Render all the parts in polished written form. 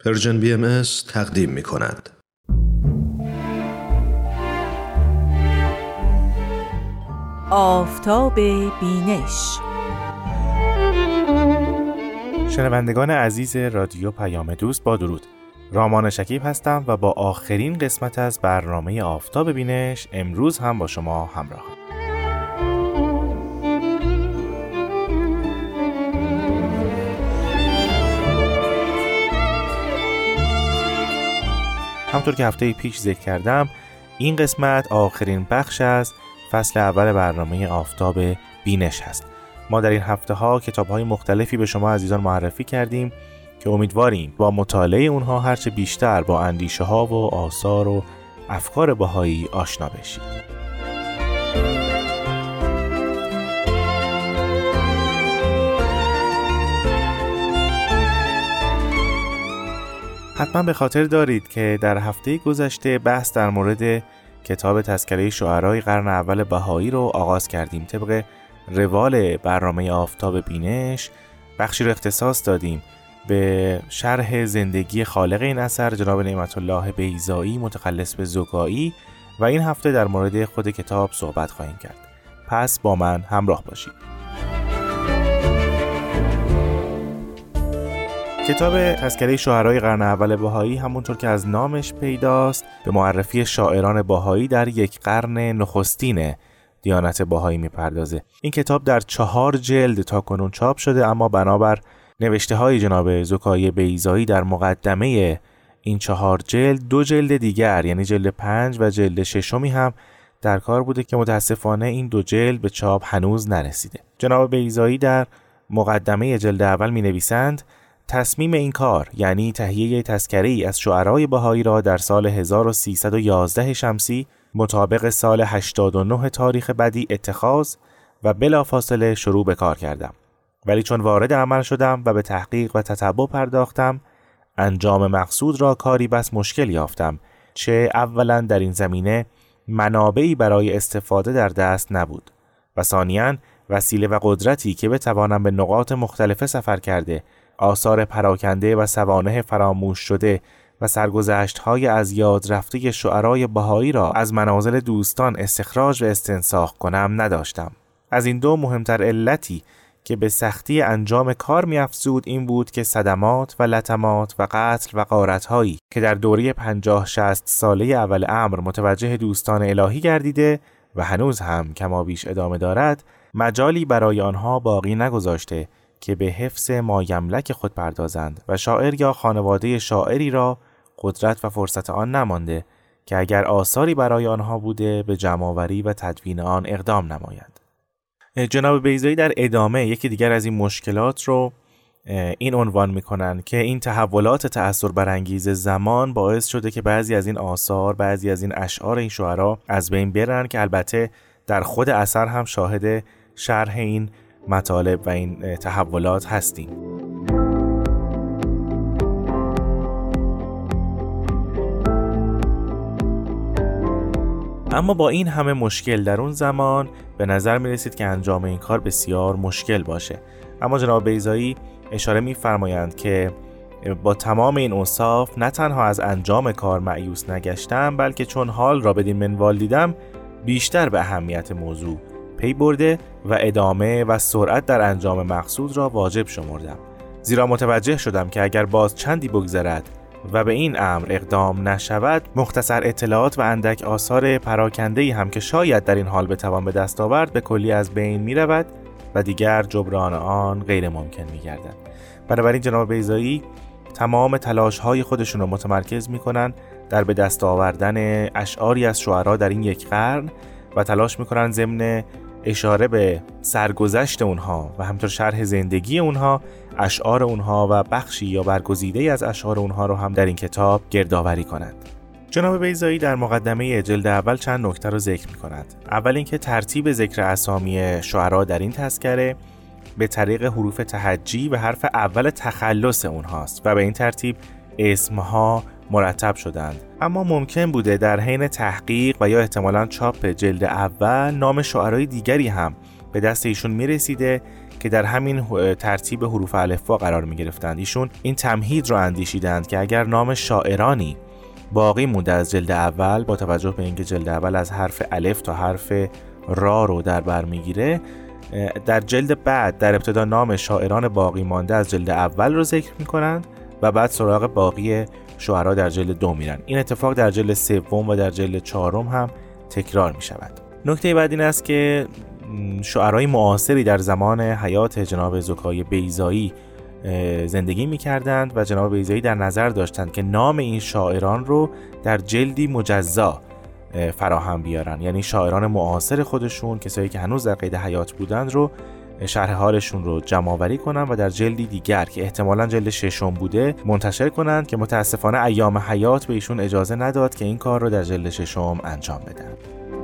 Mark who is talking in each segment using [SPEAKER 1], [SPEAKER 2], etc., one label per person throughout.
[SPEAKER 1] پرژن BMS تقدیم می کند.
[SPEAKER 2] آفتاب بینش.
[SPEAKER 3] شنوندگان عزیز رادیو پیام دوست، با درود. رامان شکیب هستم و با آخرین قسمت از برنامه آفتاب بینش امروز هم با شما همراهم. همطور که هفته پیش ذکر کردم، این قسمت آخرین بخش از فصل اول برنامه آفتاب بینش هست. ما در این هفته ها کتاب های مختلفی به شما عزیزان معرفی کردیم که امیدواریم با مطالعه اونها هرچه بیشتر با اندیشه ها و آثار و افکار بهایی آشنا بشید. حتما به خاطر دارید که در هفته گذشته بحث در مورد کتاب تذکره شعرای قرن اول بهایی رو آغاز کردیم. طبق روال برنامه آفتاب بینش بخشی رو اختصاص دادیم به شرح زندگی خالق این اثر، جناب نعمت الله بیضایی متخلص به زکایی، و این هفته در مورد خود کتاب صحبت خواهیم کرد. پس با من همراه باشید. کتاب تذکره شعرای قرن اول بهایی همونطور که از نامش پیداست به معرفی شاعران بهایی در یک قرن نخستین دیانت بهایی میپردازه. این کتاب در 4 جلد تا کنون چاپ شده، اما بنابر نوشته های جناب زکایی بیضایی در مقدمه این 4 جلد 2 جلد دیگر یعنی جلد 5 و جلد 6 هم در کار بوده که متاسفانه این 2 جلد به چاپ هنوز نرسیده. جناب بیضایی در مقدمه جلد اول می نویسند: تصمیم این کار یعنی تهیه تذکره‌ای از شعرای بهایی را در سال 1311 شمسی مطابق سال 89 تاریخ بدی اتخاذ و بلافاصله شروع به کار کردم. ولی چون وارد عمل شدم و به تحقیق و تتبع پرداختم، انجام مقصود را کاری بس مشکل یافتم، چه اولا در این زمینه منابعی برای استفاده در دست نبود و ثانیاً وسیله و قدرتی که بتوانم به نقاط مختلف سفر کرده آثار پراکنده و سوانح فراموش شده و سرگذشت‌های از یاد رفته شعرای بهایی را از منازل دوستان استخراج و استنساخ کنم نداشتم. از این 2 مهمتر علتی که به سختی انجام کار می‌افزود این بود که صدمات و لطمات و قتل و غارت‌هایی که در دوره 50-60 ساله اول امر متوجه دوستان الهی گردیده و هنوز هم کمابیش ادامه دارد، مجالی برای آنها باقی نگذاشته که به حفظ مایملک خود پردازند و شاعر یا خانواده شاعری را قدرت و فرصت آن نمانده که اگر آثاری برای آنها بوده به جمع‌آوری و تدوین آن اقدام نمایند. جناب بیضایی در ادامه یکی دیگر از این مشکلات رو این عنوان میکنن که این تحولات تأثیر برانگیز زمان باعث شده که بعضی از این آثار، بعضی از این اشعار این شعرا از بین برن، که البته در خود اثر هم شاهد شرح این مطالب و این تحولات هستیم. اما با این همه مشکل در اون زمان به نظر می رسید که انجام این کار بسیار مشکل باشه. اما جناب بیضایی اشاره می فرمایند که با تمام این اوصاف نه تنها از انجام کار مایوس نگشتم، بلکه چون حال را بدین منوال دیدم بیشتر به اهمیت موضوع پی برده و ادامه و سرعت در انجام مقصود را واجب شمردم، زیرا متوجه شدم که اگر باز چندی بگذرد و به این امر اقدام نشود، مختصر اطلاعات و اندک آثار پراکنده‌ای هم که شاید در این حال بتوان به دست آورد به کلی از بین می رود و دیگر جبران آن غیر ممکن می گردد. بنابراین جناب بیضایی تمام تلاش‌های خودشون رو متمرکز می کنن در به دست آوردن اشعاری از شعرا در این یک قرن و تلاش می کنن ضمن اشاره به سرگذشت اونها و همینطور شرح زندگی اونها، اشعار اونها و بخشی یا برگزیده‌ای از اشعار اونها رو هم در این کتاب گردآوری کنند. جناب بیضایی در مقدمه جلد اول چند نکته رو ذکر می‌کنند. اول اینکه ترتیب ذکر اسامی شعرا در این تذکره به طریق حروف تهجی و حرف اول تخلص اونهاست و به این ترتیب اسمها مرتب شدند. اما ممکن بوده در حین تحقیق و یا احتمالاً چاپ جلد اول نام شعرای دیگری هم به دست ایشون میرسیده که در همین ترتیب حروف الفبا قرار می گرفتند. ایشون این تمهید رو اندیشیدند که اگر نام شاعرانی باقی مونده از جلد اول، با توجه به اینکه جلد اول از حرف الف تا حرف را رو در بر میگیره، در جلد بعد در ابتدا نام شاعران باقی مانده از جلد اول رو ذکر میکنند و بعد سراغ باقی شعرا در جلد 2 میرن. این اتفاق در جلد 3 و در جلد 4 هم تکرار می شود. نکته بعد این است که شعرای معاصری در زمان حیات جناب زکای بیضایی زندگی می کردند و جناب بیضایی در نظر داشتند که نام این شاعران رو در جلدی مجزا فراهم بیارن، یعنی شاعران معاصر خودشون، کسایی که هنوز در قید حیات بودند، رو شرح حالشون رو جمع آوری کنن و در جلدی دیگر که احتمالاً جلد 6 بوده منتشر کنند، که متاسفانه ایام حیات به ایشون اجازه نداد که این کار رو در جلد 6 انجام بدن.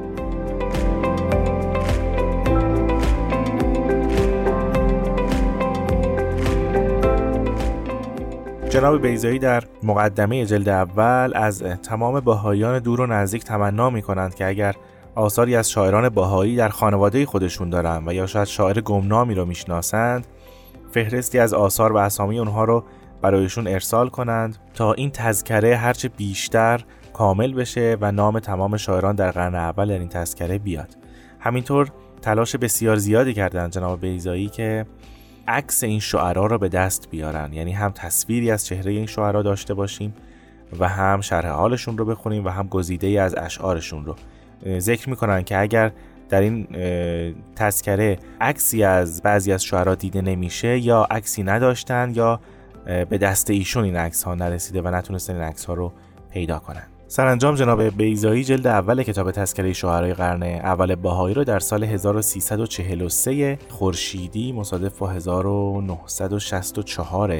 [SPEAKER 3] جناب بیضایی در مقدمه جلد اول از تمام بهائیان دور و نزدیک تمنا می‌کنند که اگر آثاری از شاعران بهایی در خانواده خودشون دارن و یا شاید شاعر گمنامی رو میشناسند، فهرستی از آثار و اسامی اونها رو برایشون ارسال کنند تا این تذکره هرچه بیشتر کامل بشه و نام تمام شاعران در قرن اول در این تذکره بیاد. همینطور تلاش بسیار زیادی کردند جناب بیضایی که عکس این شعرا رو به دست بیارن، یعنی هم تصویری از چهره این شعرا داشته باشیم و هم شرح حالشون رو بخونیم و هم گزیده‌ای از اشعارشون رو. ذکر میکنن که اگر در این تذکره عکسی از بعضی از شعرا دیده نمیشه، یا عکسی نداشتن یا به دست ایشون این عکس ها نرسیده و نتونستن این عکس ها رو پیدا کنن. سرانجام جناب بیضایی جلد اول کتاب تذکره شعرای قرن اول بهایی رو در سال 1343 خورشیدی مصادف با 1964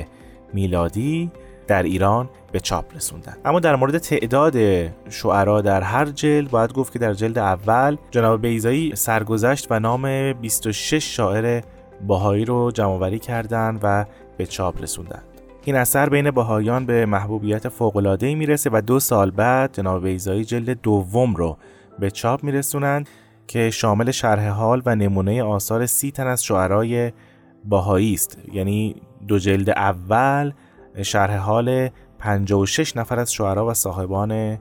[SPEAKER 3] میلادی در ایران به چاپ رسوندن. اما در مورد تعداد شعرا در هر جلد باید گفت که در جلد اول جناب بیضایی سرگذشت و نام 26 شاعر بهایی رو جمع‌آوری کردند و به چاپ رسوندند. این اثر بین بهاییان به محبوبیت فوق‌العاده‌ای میرسه و 2 سال بعد جناب بیضایی جلد دوم رو به چاپ میرسونند که شامل شرح حال و نمونه آثار 30 تن از شعرای بهایی است. یعنی 2 جلد اول شرح حال 56 نفر از شعرا و صاحبان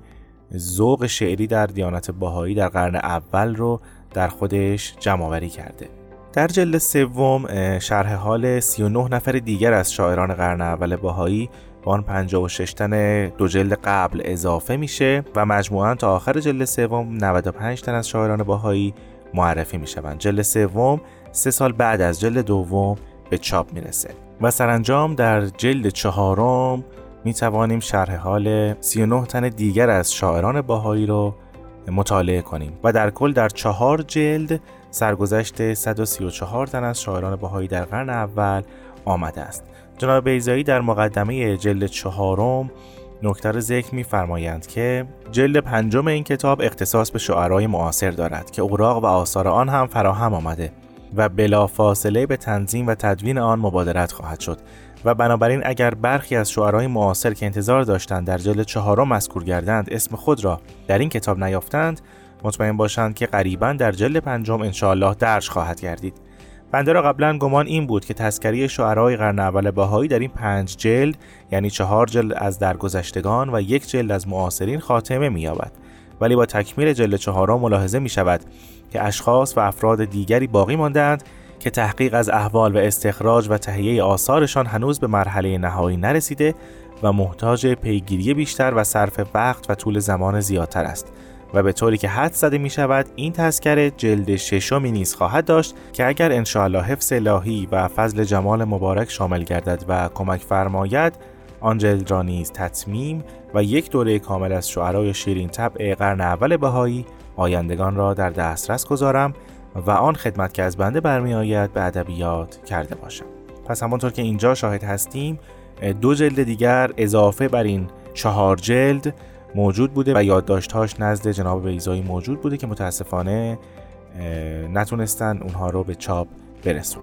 [SPEAKER 3] ذوق شعری در دیانت بهایی در قرن اول رو در خودش جمع‌آوری کرده. در جلد سوم شرح حال 39 نفر دیگر از شاعران قرن اول بهایی با آن 56 تن 2 جلد قبل اضافه میشه و مجموعاً تا آخر جلد سوم 95 تن از شاعران بهایی معرفی میشوند. جلد سوم 3 سال بعد از جلد دوم به چاپ میرسه و سرانجام در جلد 4 میتوانیم شرح حال 39 تن دیگر از شاعران بهایی رو مطالعه کنیم و در کل در 4 جلد سرگذشت 134 تن از شاعران بهایی در قرن اول آمده است. جناب بیضایی در مقدمه جلد 4 نکته را ذکر می‌فرمایند که جلد 5 این کتاب اختصاص به شعرای معاصر دارد که اوراق و آثار آن هم فراهم آمده و بلافاصله به تنظیم و تدوین آن مبادرت خواهد شد و بنابراین اگر برخی از شعرای معاصر که انتظار داشتند در جلد 4 مذکور گردند اسم خود را در این کتاب نیافتند، مطمئن باشند که قریباً در جلد 5 انشاءالله درج خواهد گردید. بنده را قبلا گمان این بود که تذکره شعرای قرن اول بهایی در این 5 جلد، یعنی 4 جلد از درگذشتگان و 1 جلد از معاصرین خاتمه می‌یابد، ولی با تکمیل جلد 4 ملاحظه می‌شود که اشخاص و افراد دیگری باقی ماندند که تحقیق از احوال و استخراج و تهیه آثارشان هنوز به مرحله نهایی نرسیده و محتاج پیگیری بیشتر و صرف وقت و طول زمان زیادتر است و به طوری که حد زده می شود این تذکره جلد 6 نیز خواهد داشت که اگر انشاءالله حفظ الهی و فضل جمال مبارک شامل گردد و کمک فرماید، آن جلد را نیز تتمیم و 1 دوره کامل از شعرای شیرین طبع قرن اول بهایی آیندگان را در دسترس گذارم و آن خدمت که از بنده برمی آید به ادبیات کرده باشم. پس همانطور که اینجا شاهد هستیم 2 جلد دیگر اضافه بر این 4 جلد موجود بوده و یادداشت‌هاش نزد جناب بیضایی موجود بوده که متاسفانه نتونستن اونها رو به چاپ برسون.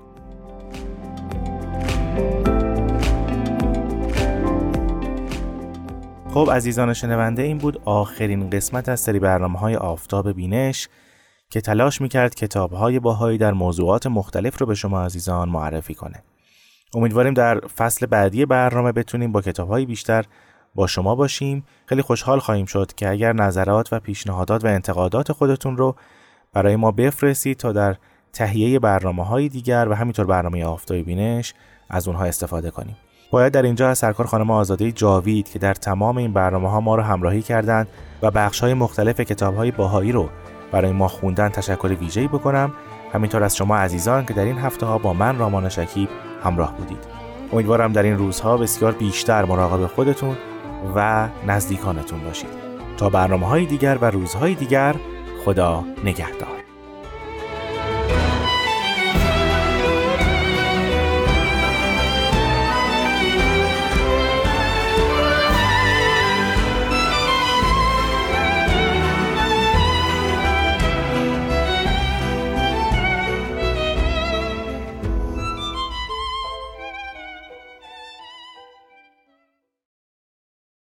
[SPEAKER 3] خب عزیزان شنونده، این بود آخرین قسمت از سری برنامه‌های آفتاب بینش که تلاش میکرد کتاب‌های بهایی در موضوعات مختلف رو به شما عزیزان معرفی کنه. امیدواریم در فصل بعدی برنامه بتونیم با کتاب‌های بیشتر با شما باشیم. خیلی خوشحال خواهیم شد که اگر نظرات و پیشنهادات و انتقادات خودتون رو برای ما بفرستید تا در تهیه برنامه‌های دیگر و همینطور برنامه آفتاب بینش از اونها استفاده کنیم. باید در اینجا از سرکار خانم آزاده جاوید که در تمام این برنامه‌ها ما رو همراهی کردند و بخش‌های مختلف کتاب‌های بهایی رو برای ما خوندن تشکر ویژه‌ای بکنم. همینطور از شما عزیزان که در این هفته‌ها با من رامان شکیب همراه بودید. امیدوارم در این روزها بسیار بیشتر مراقب خودتون و نزدیکانتون باشید. تا برنامه‌های دیگر و روزهای دیگر، خدا نگهدار.